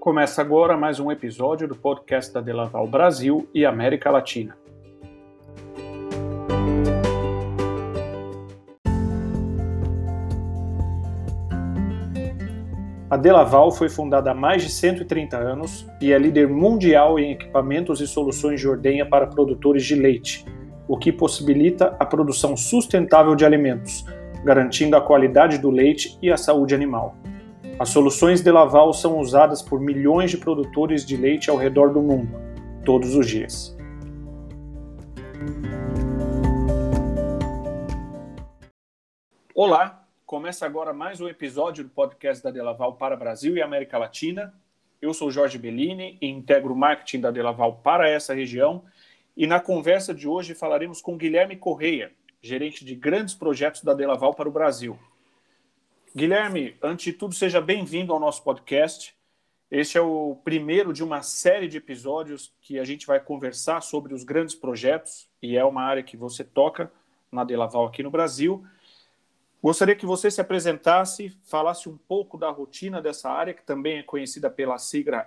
Começa agora mais um episódio do podcast da Delaval Brasil e América Latina. A Delaval foi fundada há mais de 130 anos e é líder mundial em equipamentos e soluções de ordenha para produtores de leite, o que possibilita a produção sustentável de alimentos, garantindo a qualidade do leite e a saúde animal. As soluções Delaval são usadas por milhões de produtores de leite ao redor do mundo, todos os dias. Olá, começa agora mais um episódio do podcast da Delaval para Brasil e América Latina. Eu sou Jorge Bellini e integro o marketing da Delaval para essa região. E na conversa de hoje falaremos com Guilherme Correia, gerente de grandes projetos da Delaval para o Brasil. Guilherme, antes de tudo, seja bem-vindo ao nosso podcast. Este é o primeiro de uma série de episódios que a gente vai conversar sobre os grandes projetos, e é uma área que você toca na Delaval aqui no Brasil. Gostaria que você se apresentasse, falasse um pouco da rotina dessa área, que também é conhecida pela sigla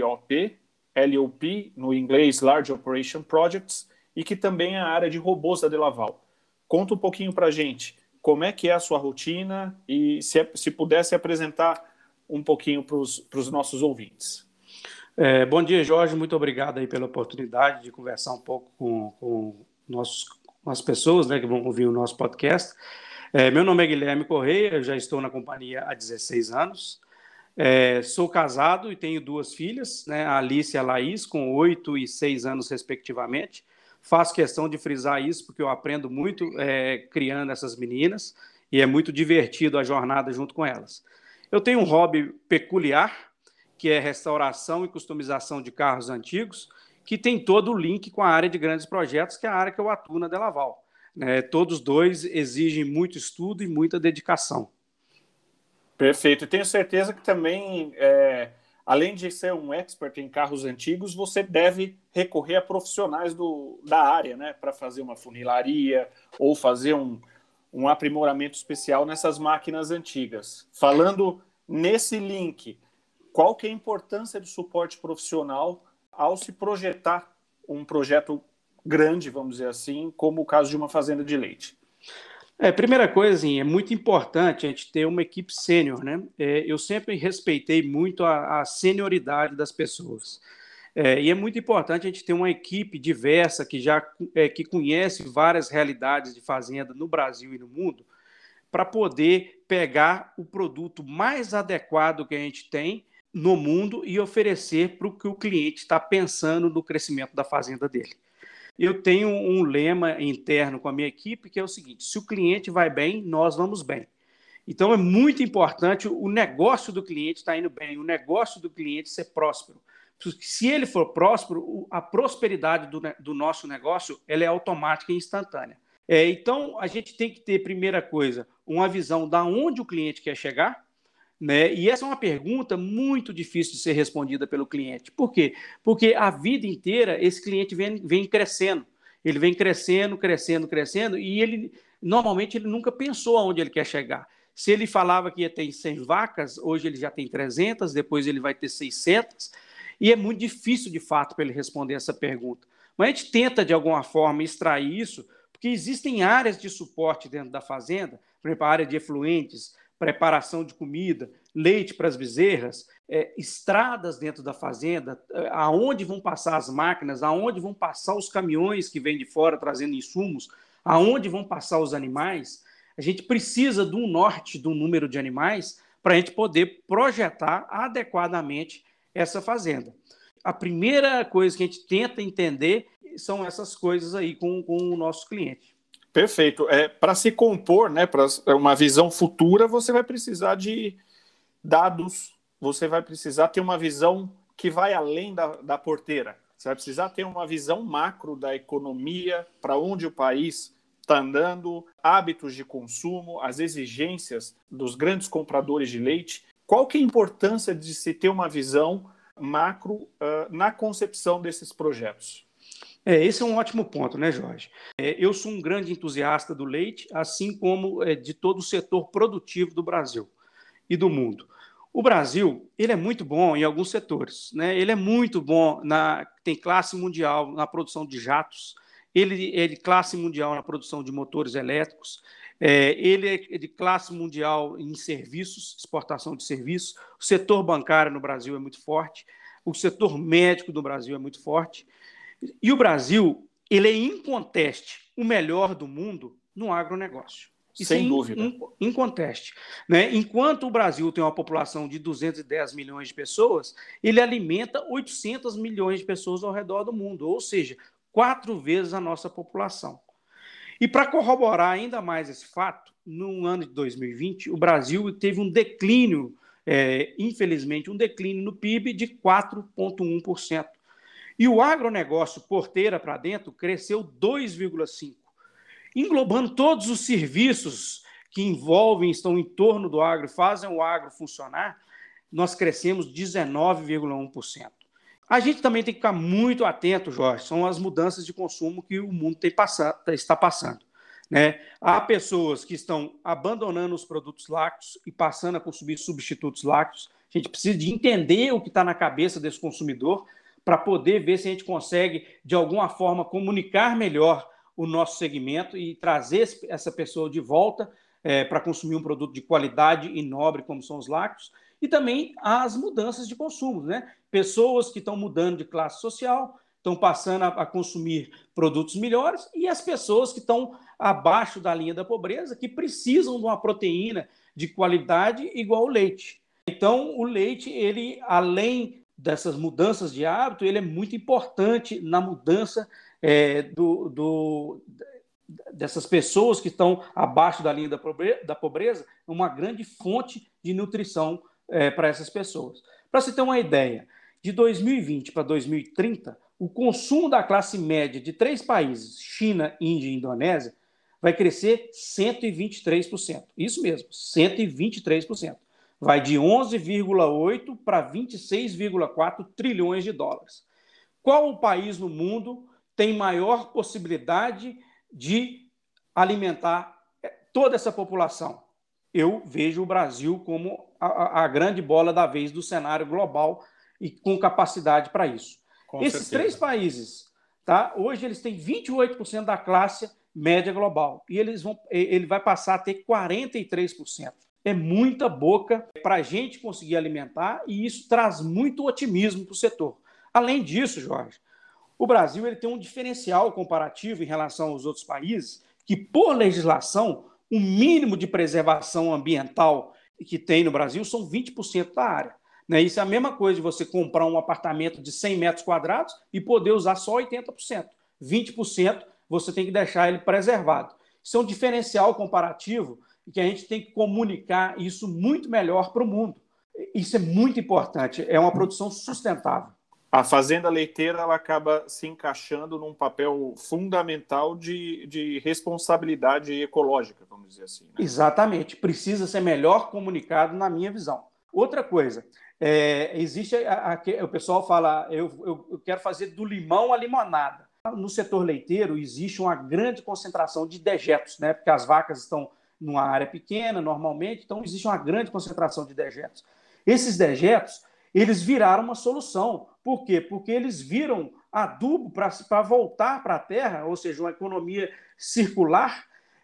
LOP, no inglês Large Operation Projects, e que também é a área de robôs da Delaval. Conta um pouquinho para a gente. Como é que é a sua rotina e se pudesse apresentar um pouquinho para os nossos ouvintes. Bom dia, Jorge. Muito obrigado aí pela oportunidade de conversar um pouco com as pessoas, né, que vão ouvir o nosso podcast. Meu nome é Guilherme Correia, eu já estou na companhia há 16 anos. Sou casado e tenho duas filhas, né, a Alice e a Laís, com 8 e 6 anos, respectivamente. Faço questão de frisar isso porque eu aprendo muito criando essas meninas e é muito divertido a jornada junto com elas. Eu tenho um hobby peculiar, que é restauração e customização de carros antigos, que tem todo o link com a área de grandes projetos, que é a área que eu atuo na Delaval. Todos dois exigem muito estudo e muita dedicação. Perfeito. E tenho certeza que também, além de ser um expert em carros antigos, você deve recorrer a profissionais da área, né, para fazer uma funilaria ou fazer um aprimoramento especial nessas máquinas antigas. Falando nesse link, qual que é a importância do suporte profissional ao se projetar um projeto grande, vamos dizer assim, como o caso de uma fazenda de leite? Primeira coisa, assim, é muito importante a gente ter uma equipe sênior, né? Eu sempre respeitei muito a senioridade das pessoas. E é muito importante a gente ter uma equipe diversa que conhece várias realidades de fazenda no Brasil e no mundo, para poder pegar o produto mais adequado que a gente tem no mundo e oferecer para o que o cliente está pensando no crescimento da fazenda dele. Eu tenho um lema interno com a minha equipe que é o seguinte: se o cliente vai bem, nós vamos bem. Então é muito importante o negócio do cliente estar indo bem, o negócio do cliente ser próspero. Se ele for próspero, a prosperidade do nosso negócio ela é automática e instantânea. Então a gente tem que ter, primeira coisa, uma visão de onde o cliente quer chegar. E essa é uma pergunta muito difícil de ser respondida pelo cliente. Por quê? Porque a vida inteira esse cliente vem crescendo. Ele vem crescendo, e normalmente ele nunca pensou aonde ele quer chegar. Se ele falava que ia ter 100 vacas, hoje ele já tem 300, depois ele vai ter 600, e é muito difícil, de fato, para ele responder essa pergunta. Mas a gente tenta, de alguma forma, extrair isso, porque existem áreas de suporte dentro da fazenda, por exemplo, a área de efluentes, preparação de comida, leite para as bezerras, estradas dentro da fazenda, aonde vão passar as máquinas, aonde vão passar os caminhões que vêm de fora trazendo insumos, aonde vão passar os animais. A gente precisa de um norte do número de animais para a gente poder projetar adequadamente essa fazenda. A primeira coisa que a gente tenta entender são essas coisas aí com o nosso cliente. Perfeito. Para se compor, né, para uma visão futura, você vai precisar de dados, você vai precisar ter uma visão que vai além da porteira. Você vai precisar ter uma visão macro da economia, para onde o país está andando, hábitos de consumo, as exigências dos grandes compradores de leite. Qual que é a importância de se ter uma visão macro na concepção desses projetos? Esse é um ótimo ponto, né, Jorge? Eu sou um grande entusiasta do leite, assim como de todo o setor produtivo do Brasil e do mundo. O Brasil, ele é muito bom em alguns setores, né? Ele é muito bom, tem classe mundial na produção de jatos, ele é de classe mundial na produção de motores elétricos, ele é de classe mundial em serviços, exportação de serviços, o setor bancário no Brasil é muito forte, o setor médico do Brasil é muito forte, e o Brasil, ele é inconteste o melhor do mundo no agronegócio. Isso sem dúvida. Inconteste. Né? Enquanto o Brasil tem uma população de 210 milhões de pessoas, ele alimenta 800 milhões de pessoas ao redor do mundo, ou seja, 4 vezes a nossa população. E para corroborar ainda mais esse fato, no ano de 2020, o Brasil teve um declínio, infelizmente, um declínio no PIB de 4,1%. E o agronegócio porteira para dentro cresceu 2,5%. Englobando todos os serviços que envolvem, estão em torno do agro, fazem o agro funcionar, nós crescemos 19,1%. A gente também tem que ficar muito atento, Jorge, são as mudanças de consumo que o mundo está passando. Né? Há pessoas que estão abandonando os produtos lácteos e passando a consumir substitutos lácteos. A gente precisa de entender o que está na cabeça desse consumidor para poder ver se a gente consegue, de alguma forma, comunicar melhor o nosso segmento e trazer essa pessoa de volta para consumir um produto de qualidade e nobre, como são os lácteos, e também as mudanças de consumo, né? Pessoas que estão mudando de classe social, estão passando a consumir produtos melhores, e as pessoas que estão abaixo da linha da pobreza, que precisam de uma proteína de qualidade igual ao leite. Então, o leite, ele, além dessas mudanças de hábito, ele é muito importante na mudança dessas pessoas que estão abaixo da linha da pobreza, uma grande fonte de nutrição para essas pessoas. Para você ter uma ideia, de 2020 para 2030, o consumo da classe média de 3 países, China, Índia e Indonésia, vai crescer 123%. Isso mesmo, 123%. Vai de 11,8 para 26,4 trilhões de dólares. Qual o país no mundo tem maior possibilidade de alimentar toda essa população? Eu vejo o Brasil como a grande bola da vez do cenário global e com capacidade para isso. Esses 3 países, tá? Hoje eles têm 28% da classe média global e ele vai passar a ter 43%. É muita boca para a gente conseguir alimentar e isso traz muito otimismo para o setor. Além disso, Jorge, o Brasil ele tem um diferencial comparativo em relação aos outros países que, por legislação, o mínimo de preservação ambiental que tem no Brasil são 20% da área. Né? Isso é a mesma coisa de você comprar um apartamento de 100 metros quadrados e poder usar só 80%. 20% você tem que deixar ele preservado. Isso é um diferencial comparativo que a gente tem que comunicar isso muito melhor para o mundo. Isso é muito importante, é uma produção sustentável. A fazenda leiteira ela acaba se encaixando num papel fundamental de responsabilidade ecológica, vamos dizer assim. Né? Exatamente, precisa ser melhor comunicado na minha visão. Outra coisa, existe o pessoal fala, eu quero fazer do limão a limonada. No setor leiteiro existe uma grande concentração de dejetos, né? Porque as vacas estão numa área pequena normalmente, então existe uma grande concentração de dejetos. Esses dejetos, eles viraram uma solução. Por quê? Porque eles viram adubo para voltar para a terra, ou seja, uma economia circular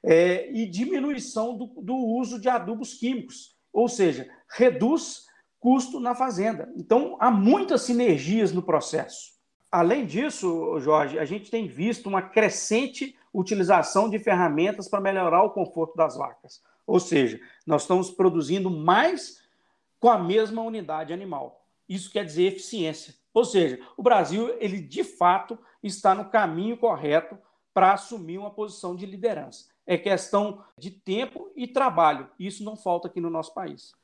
e diminuição do uso de adubos químicos, ou seja, reduz custo na fazenda. Então, há muitas sinergias no processo. Além disso, Jorge, a gente tem visto uma crescente utilização de ferramentas para melhorar o conforto das vacas. Ou seja, nós estamos produzindo mais com a mesma unidade animal. Isso quer dizer eficiência. Ou seja, o Brasil, ele de fato está no caminho correto para assumir uma posição de liderança. É questão de tempo e trabalho. Isso não falta aqui no nosso país.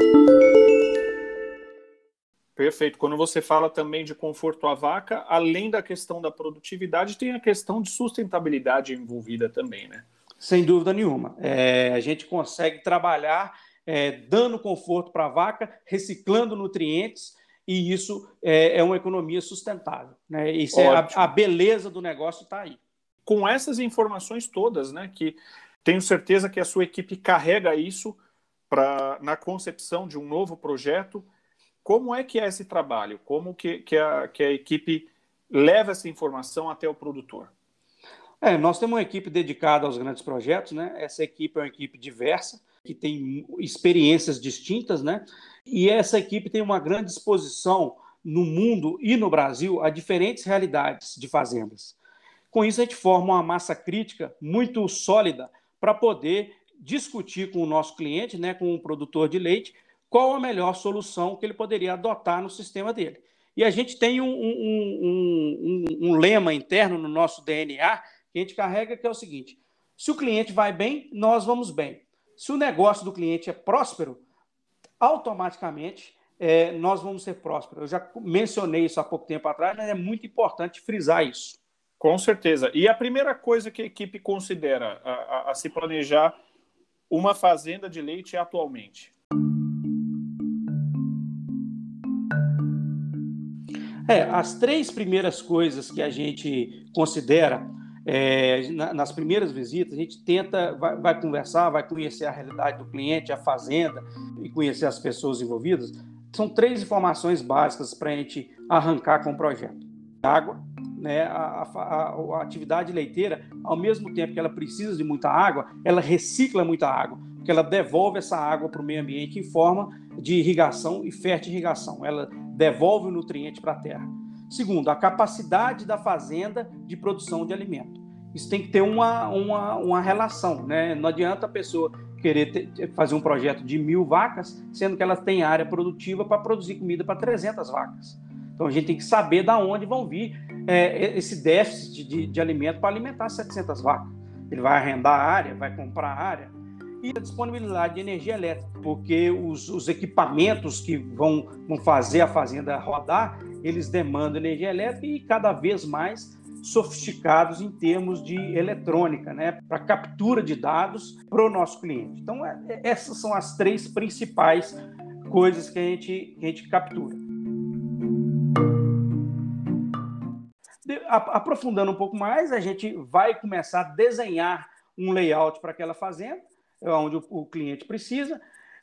Perfeito. Quando você fala também de conforto à vaca, além da questão da produtividade, tem a questão de sustentabilidade envolvida também, né? Sem dúvida nenhuma. A gente consegue trabalhar dando conforto para a vaca, reciclando nutrientes, e isso é uma economia sustentável. Né? Isso a beleza do negócio está aí. Com essas informações todas, né, que tenho certeza que a sua equipe carrega isso na concepção de um novo projeto. Como é que é esse trabalho? Como que a equipe leva essa informação até o produtor? Nós temos uma equipe dedicada aos grandes projetos, né? Essa equipe é uma equipe diversa, que tem experiências distintas, né? E essa equipe tem uma grande exposição no mundo e no Brasil a diferentes realidades de fazendas. Com isso, a gente forma uma massa crítica muito sólida para poder discutir com o nosso cliente, né, com o produtor de leite, qual a melhor solução que ele poderia adotar no sistema dele. E a gente tem um lema interno no nosso DNA que a gente carrega, que é o seguinte: se o cliente vai bem, nós vamos bem. Se o negócio do cliente é próspero, automaticamente nós vamos ser prósperos. Eu já mencionei isso há pouco tempo atrás, mas é muito importante frisar isso. Com certeza. E a primeira coisa que a equipe considera a se planejar uma fazenda de leite atualmente? As 3 primeiras coisas que a gente considera nas primeiras visitas, a gente vai conversar, vai conhecer a realidade do cliente, a fazenda e conhecer as pessoas envolvidas. São 3 informações básicas para a gente arrancar com o projeto. Água, né? A atividade leiteira, ao mesmo tempo que ela precisa de muita água, ela recicla muita água, porque ela devolve essa água para o meio ambiente em forma de irrigação e fertirrigação. Ela devolve o nutriente para a terra. Segundo, a capacidade da fazenda de produção de alimento. Isso tem que ter uma relação, né? Não adianta a pessoa querer fazer um projeto de 1.000 vacas, sendo que ela tem área produtiva para produzir comida para 300 vacas. Então, a gente tem que saber de onde vão vir esse déficit de alimento para alimentar 700 vacas. Ele vai arrendar a área, vai comprar a área. E a disponibilidade de energia elétrica, porque os equipamentos que vão fazer a fazenda rodar, eles demandam energia elétrica e cada vez mais sofisticados em termos de eletrônica, né, para captura de dados para o nosso cliente. Então, essas são as 3 principais coisas que a gente captura. Aprofundando um pouco mais, a gente vai começar a desenhar um layout para aquela fazenda, onde o cliente precisa.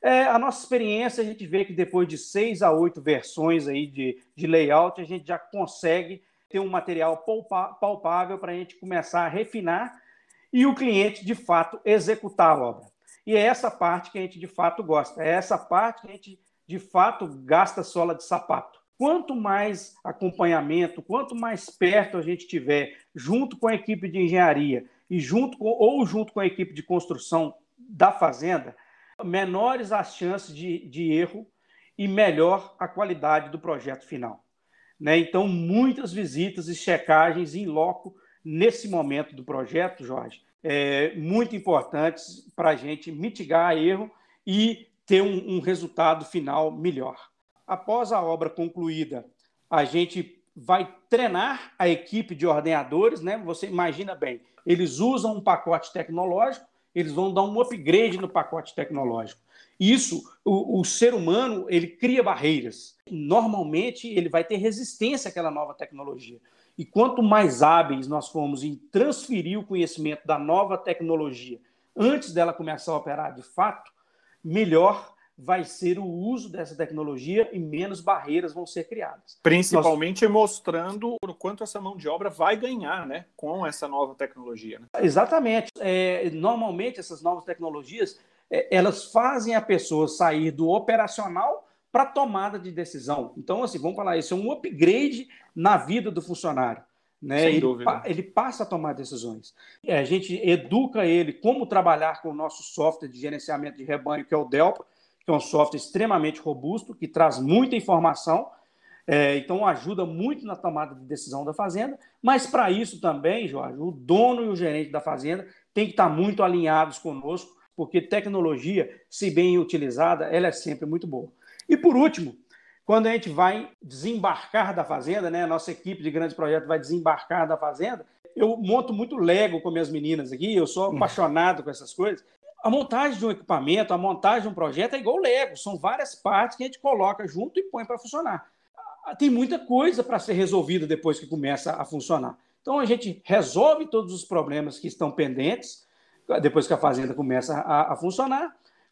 A nossa experiência, a gente vê que depois de 6 a 8 versões aí de layout, a gente já consegue ter um material palpável para a gente começar a refinar e o cliente, de fato, executar a obra. E é essa parte que a gente, de fato, gosta. É essa parte que a gente, de fato, gasta sola de sapato. Quanto mais acompanhamento, quanto mais perto a gente tiver, junto com a equipe de engenharia e junto com a equipe de construção da fazenda, menores as chances de erro e melhor a qualidade do projeto final. Né? Então, muitas visitas e checagens em loco nesse momento do projeto, Jorge, muito importantes para a gente mitigar erro e ter um resultado final melhor. Após a obra concluída, a gente vai treinar a equipe de ordenadores, né? Você imagina bem, eles usam um pacote tecnológico, eles vão dar um upgrade no pacote tecnológico. Isso, o ser humano, ele cria barreiras. Normalmente, ele vai ter resistência àquela nova tecnologia. E quanto mais hábeis nós formos em transferir o conhecimento da nova tecnologia antes dela começar a operar de fato, melhor vai ser o uso dessa tecnologia e menos barreiras vão ser criadas. Principalmente mostrando o quanto essa mão de obra vai ganhar, né, com essa nova tecnologia. Né? Exatamente. Normalmente, essas novas tecnologias, elas fazem a pessoa sair do operacional para a tomada de decisão. Então, assim, vamos falar, isso é um upgrade na vida do funcionário. Né? Sem dúvida. Ele passa a tomar decisões. A gente educa ele como trabalhar com o nosso software de gerenciamento de rebanho, que é o Delpa, que é um software extremamente robusto, que traz muita informação, então ajuda muito na tomada de decisão da fazenda, mas para isso também, Jorge, o dono e o gerente da fazenda têm que estar muito alinhados conosco, porque tecnologia, se bem utilizada, ela é sempre muito boa. E por último, quando a gente vai desembarcar da fazenda, né, a nossa equipe de grandes projetos vai desembarcar da fazenda, eu monto muito Lego com minhas meninas aqui, eu sou apaixonado com essas coisas. A montagem de um equipamento, a montagem de um projeto é igual o Lego, são várias partes que a gente coloca junto e põe para funcionar. Tem muita coisa para ser resolvida depois que começa a funcionar. Então a gente resolve todos os problemas que estão pendentes, depois que a fazenda começa a funcionar.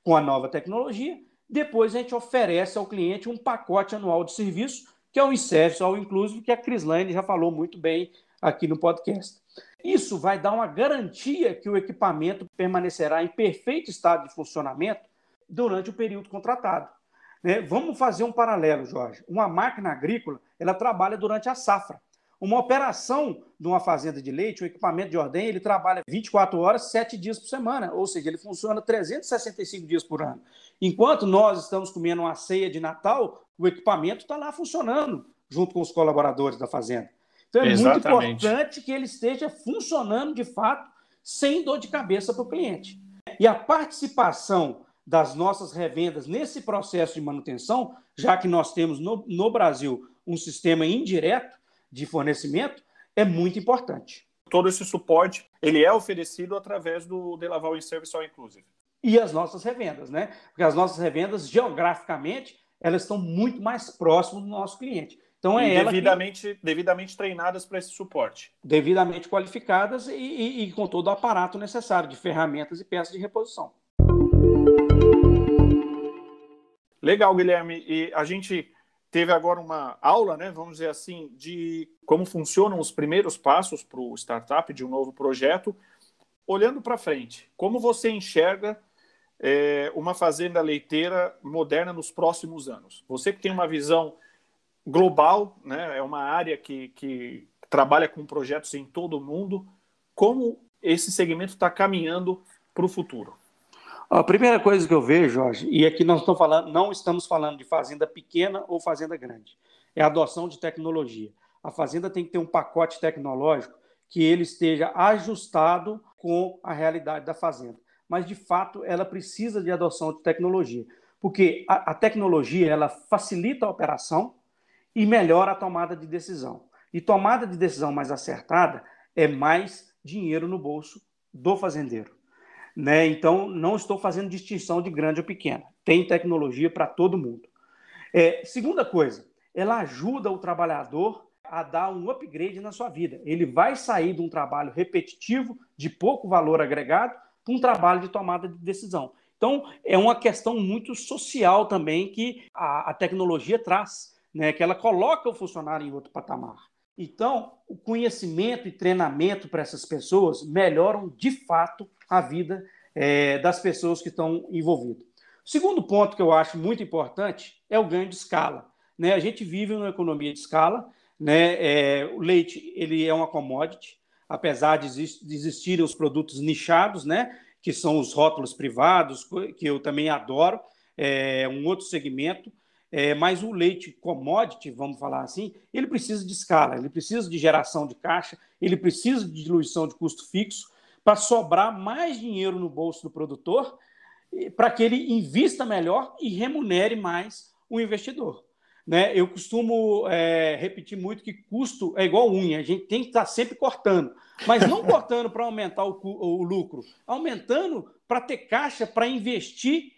com a nova tecnologia. Depois a gente oferece ao cliente um pacote anual de serviço, que é o In-Service All Inclusive, que a Crislaine já falou muito bem aqui no podcast. Isso vai dar uma garantia que o equipamento permanecerá em perfeito estado de funcionamento durante o período contratado. Né? Vamos fazer um paralelo, Jorge. Uma máquina agrícola, ela trabalha durante a safra. Uma operação de uma fazenda de leite, o equipamento de ordenha, ele trabalha 24 horas, 7 dias por semana, ou seja, ele funciona 365 dias por ano. Enquanto nós estamos comendo uma ceia de Natal, o equipamento está lá funcionando, junto com os colaboradores da fazenda. Então é muito importante que ele esteja funcionando de fato, sem dor de cabeça para o cliente. E a participação das nossas revendas nesse processo de manutenção, já que nós temos no Brasil um sistema indireto de fornecimento, é muito importante. Todo esse suporte, ele é oferecido através do DeLaval In-Service All Inclusive. E as nossas revendas, né? Porque as nossas revendas, geograficamente, elas estão muito mais próximas do nosso cliente. Então é ela devidamente treinadas para esse suporte. Devidamente qualificadas e com todo o aparato necessário de ferramentas e peças de reposição. Legal, Guilherme. E a gente teve agora uma aula, né, vamos dizer assim, de como funcionam os primeiros passos para o startup de um novo projeto. Olhando para frente, como você enxerga uma fazenda leiteira moderna nos próximos anos? Você que tem uma visão global, né, é uma área que trabalha com projetos em todo o mundo, como esse segmento está caminhando para o futuro? A primeira coisa que eu vejo, Jorge, e aqui nós não estamos falando de fazenda pequena ou fazenda grande, é a adoção de tecnologia. A fazenda tem que ter um pacote tecnológico que ele esteja ajustado com a realidade da fazenda. Mas, de fato, ela precisa de adoção de tecnologia, porque a tecnologia ela facilita a operação e melhora a tomada de decisão. E tomada de decisão mais acertada é mais dinheiro no bolso do fazendeiro. Né? Então, não estou fazendo distinção de grande ou pequena. Tem tecnologia para todo mundo. Segunda coisa, ela ajuda o trabalhador a dar um upgrade na sua vida. Ele vai sair de um trabalho repetitivo, de pouco valor agregado, para um trabalho de tomada de decisão. Então, é uma questão muito social também que a tecnologia traz, né? Que ela coloca o funcionário em outro patamar. Então, o conhecimento e treinamento para essas pessoas melhoram, de fato, a vida das pessoas que estão envolvidas. O segundo ponto que eu acho muito importante é o ganho de escala. Né? A gente vive numa economia de escala, né? O leite ele é uma commodity, apesar de existirem os produtos nichados, né? Que são os rótulos privados, que eu também adoro, um outro segmento. Mas o leite commodity, vamos falar assim, ele precisa de escala, ele precisa de geração de caixa, ele precisa de diluição de custo fixo para sobrar mais dinheiro no bolso do produtor, para que ele invista melhor e remunere mais o investidor. Né? Eu costumo repetir muito que custo é igual unha, a gente tem que estar sempre cortando, mas não cortando para aumentar o lucro, aumentando para ter caixa para investir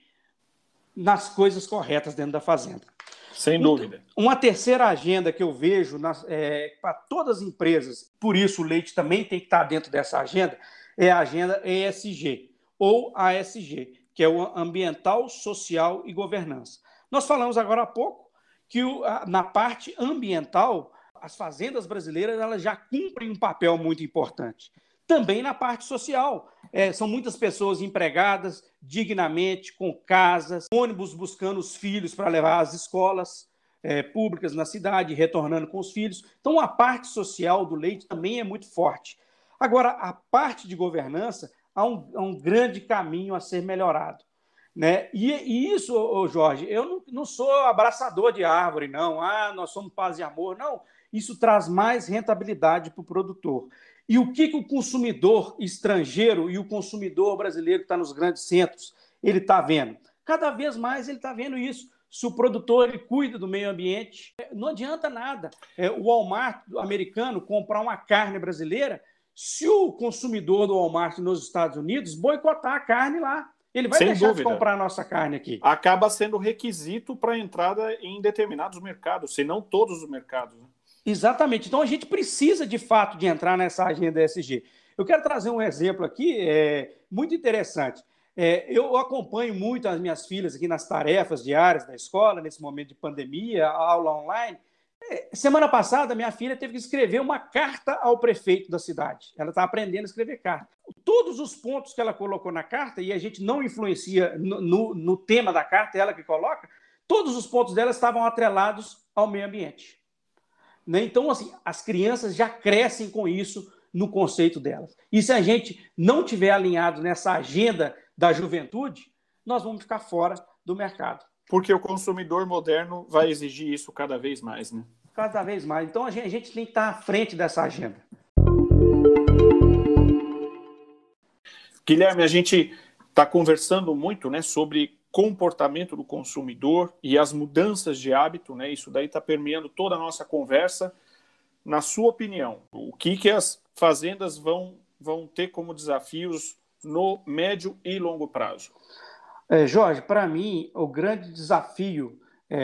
nas coisas corretas dentro da fazenda. Sem dúvida. Uma terceira agenda que eu vejo para todas as empresas, por isso o leite também tem que estar dentro dessa agenda, é a agenda ESG, ou ASG, que é o Ambiental, Social e Governança. Nós falamos agora há pouco que na parte ambiental, as fazendas brasileiras elas já cumprem um papel muito importante. Também na parte social. São muitas pessoas empregadas dignamente, com casas, ônibus buscando os filhos para levar às escolas públicas na cidade, retornando com os filhos. Então, a parte social do leite também é muito forte. Agora, a parte de governança, há um grande caminho a ser melhorado. Né? E isso, Jorge, eu não sou abraçador de árvore, não. Nós somos paz e amor. Não, isso traz mais rentabilidade para o produtor. E o que o consumidor estrangeiro e o consumidor brasileiro que está nos grandes centros, ele está vendo? Cada vez mais ele está vendo isso. Se o produtor ele cuida do meio ambiente, não adianta nada. O Walmart americano comprar uma carne brasileira, se o consumidor do Walmart nos Estados Unidos boicotar a carne lá, ele vai deixar de comprar a nossa carne aqui. Acaba sendo requisito para a entrada em determinados mercados, se não todos os mercados, né? Exatamente. Então, a gente precisa, de fato, de entrar nessa agenda ESG. Eu quero trazer um exemplo aqui muito interessante. Eu acompanho muito as minhas filhas aqui nas tarefas diárias da escola, nesse momento de pandemia, a aula online. Semana passada, minha filha teve que escrever uma carta ao prefeito da cidade. Ela está aprendendo a escrever carta. Todos os pontos que ela colocou na carta, e a gente não influencia no tema da carta, é ela que coloca, todos os pontos dela estavam atrelados ao meio ambiente. Né? Então, assim, as crianças já crescem com isso no conceito delas. E se a gente não tiver alinhado nessa agenda da juventude, nós vamos ficar fora do mercado. Porque o consumidor moderno vai exigir isso cada vez mais, né? Cada vez mais. Então, a gente tem que estar à frente dessa agenda. Guilherme, a gente está conversando muito, né, sobre comportamento do consumidor e as mudanças de hábito, né? Isso daí está permeando toda a nossa conversa. Na sua opinião, o que as fazendas vão ter como desafios no médio e longo prazo? Jorge, para mim, o grande desafio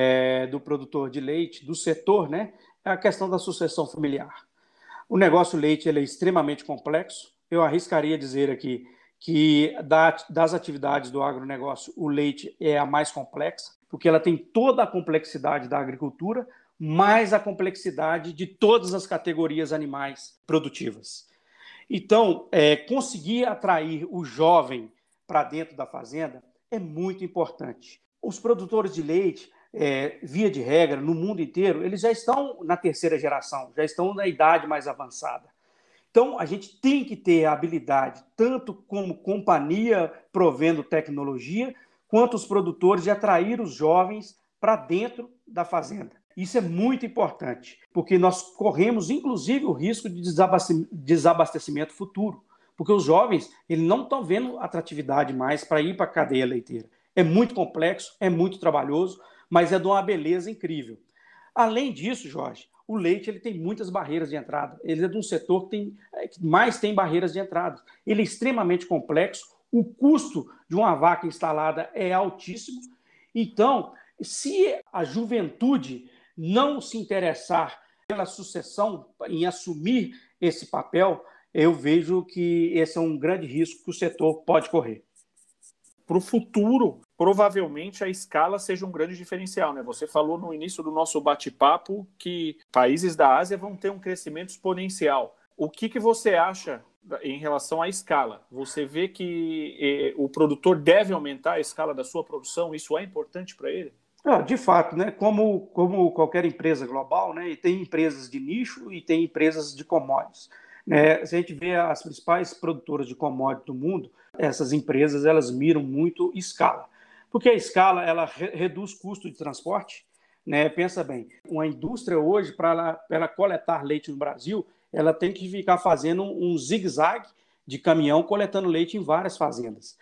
do produtor de leite, do setor, né, é a questão da sucessão familiar. O negócio leite ele é extremamente complexo. Eu arriscaria dizer aqui que das atividades do agronegócio, o leite é a mais complexa, porque ela tem toda a complexidade da agricultura, mais a complexidade de todas as categorias animais produtivas. Então, conseguir atrair o jovem para dentro da fazenda é muito importante. Os produtores de leite, via de regra, no mundo inteiro, eles já estão na terceira geração, já estão na idade mais avançada. Então, a gente tem que ter a habilidade, tanto como companhia provendo tecnologia, quanto os produtores de atrair os jovens para dentro da fazenda. Isso é muito importante, porque nós corremos, inclusive, o risco de desabastecimento futuro, porque os jovens eles não estão vendo atratividade mais para ir para a cadeia leiteira. É muito complexo, é muito trabalhoso, mas é de uma beleza incrível. Além disso, Jorge, o leite ele tem muitas barreiras de entrada. Ele é de um setor que mais tem barreiras de entrada. Ele é extremamente complexo, o custo de uma vaca instalada é altíssimo. Então, se a juventude não se interessar pela sucessão, em assumir esse papel, eu vejo que esse é um grande risco que o setor pode correr. Para o futuro, provavelmente a escala seja um grande diferencial, né? Você falou no início do nosso bate-papo que países da Ásia vão ter um crescimento exponencial. O que você acha em relação à escala? Você vê que o produtor deve aumentar a escala da sua produção? Isso é importante para ele? De fato, né? Como qualquer empresa global, né? E tem empresas de nicho e tem empresas de commodities. Se a gente vê as principais produtoras de commodities do mundo, essas empresas elas miram muito escala, porque a escala ela reduz custo de transporte, né? Pensa bem, uma indústria hoje para ela coletar leite no Brasil, ela tem que ficar fazendo um zigue-zague de caminhão coletando leite em várias fazendas.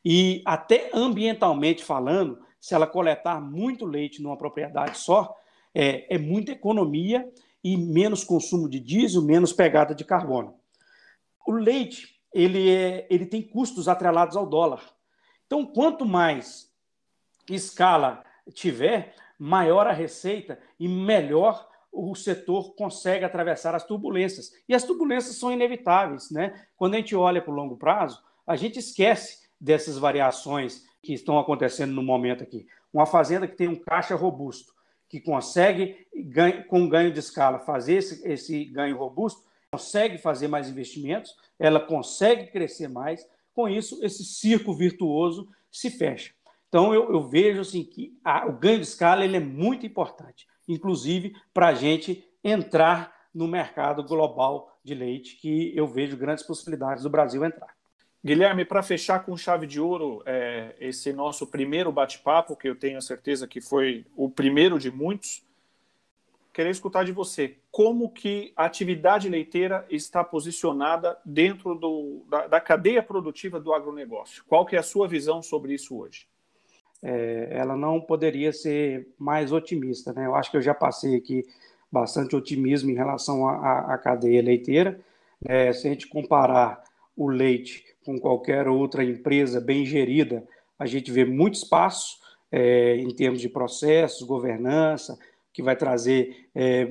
E até ambientalmente falando, se ela coletar muito leite numa propriedade só, é muita economia e menos consumo de diesel, menos pegada de carbono. O leite, ele tem custos atrelados ao dólar. Então, quanto mais escala tiver, maior a receita e melhor o setor consegue atravessar as turbulências. E as turbulências são inevitáveis, né? Quando a gente olha para o longo prazo, a gente esquece dessas variações que estão acontecendo no momento aqui. Uma fazenda que tem um caixa robusto, que consegue, com ganho de escala, fazer esse ganho robusto, consegue fazer mais investimentos, ela consegue crescer mais, com isso, esse círculo virtuoso se fecha. Então, eu vejo assim, que o ganho de escala ele é muito importante, inclusive para a gente entrar no mercado global de leite, que eu vejo grandes possibilidades do Brasil entrar. Guilherme, para fechar com chave de ouro esse nosso primeiro bate-papo, que eu tenho a certeza que foi o primeiro de muitos, queria escutar de você como que a atividade leiteira está posicionada dentro da cadeia produtiva do agronegócio. Qual que é a sua visão sobre isso hoje? Ela não poderia ser mais otimista, né? Eu acho que eu já passei aqui bastante otimismo em relação à cadeia leiteira. Se a gente comparar o leite com qualquer outra empresa bem gerida, a gente vê muito espaço em termos de processos, governança, que vai trazer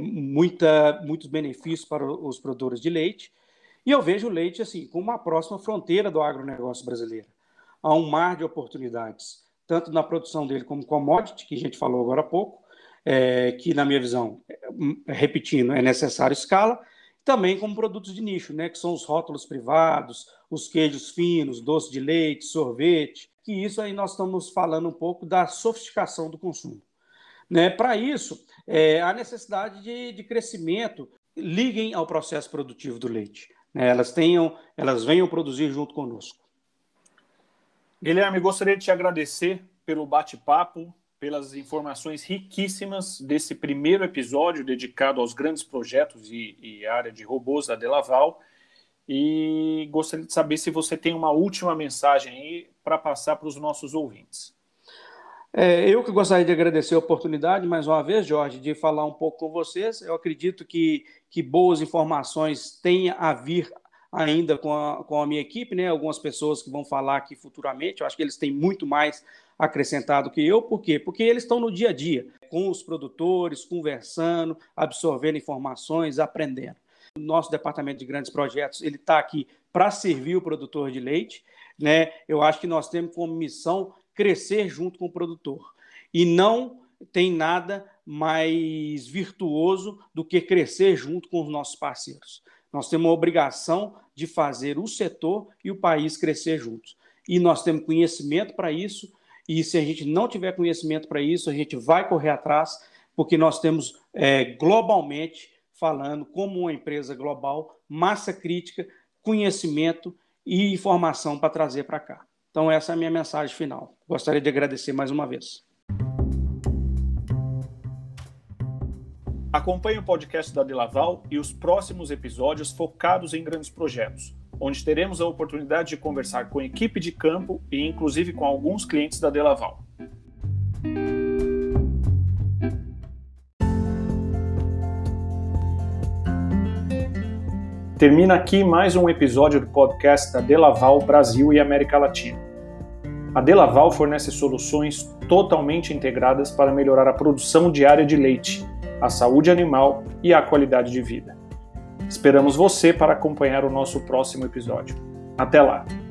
muitos benefícios para os produtores de leite. E eu vejo o leite assim como uma próxima fronteira do agronegócio brasileiro. há um mar de oportunidades, tanto na produção dele como commodity, que a gente falou agora há pouco, que, na minha visão, repetindo, é necessário escala, também como produtos de nicho, né, que são os rótulos privados, os queijos finos, doce de leite, sorvete, que isso aí nós estamos falando um pouco da sofisticação do consumo. Né? Para isso, há necessidade de crescimento, liguem ao processo produtivo do leite. Né? Elas venham produzir junto conosco. Guilherme, gostaria de te agradecer pelo bate-papo, pelas informações riquíssimas desse primeiro episódio dedicado aos grandes projetos e área de robôs da Delaval. E gostaria de saber se você tem uma última mensagem aí para passar para os nossos ouvintes. Eu que gostaria de agradecer a oportunidade, mais uma vez, Jorge, de falar um pouco com vocês. Eu acredito que boas informações tenham a vir ainda com a minha equipe, né? Algumas pessoas que vão falar aqui futuramente. Eu acho que eles têm muito mais acrescentado que eu. Por quê? Porque eles estão no dia a dia, com os produtores, conversando, absorvendo informações, aprendendo. O nosso departamento de grandes projetos, ele está aqui para servir o produtor de leite, né? Eu acho que nós temos como missão crescer junto com o produtor. E não tem nada mais virtuoso do que crescer junto com os nossos parceiros. Nós temos uma obrigação de fazer o setor e o país crescer juntos. E nós temos conhecimento para isso, e se a gente não tiver conhecimento para isso, a gente vai correr atrás, porque nós temos globalmente, falando como uma empresa global, massa crítica, conhecimento e informação para trazer para cá. Então, essa é a minha mensagem final. Gostaria de agradecer mais uma vez. Acompanhe o podcast da Delaval e os próximos episódios focados em grandes projetos, onde teremos a oportunidade de conversar com a equipe de campo e, inclusive, com alguns clientes da Delaval. Termina aqui mais um episódio do podcast da Delaval Brasil e América Latina. A Delaval fornece soluções totalmente integradas para melhorar a produção diária de leite, a saúde animal e a qualidade de vida. Esperamos você para acompanhar o nosso próximo episódio. Até lá!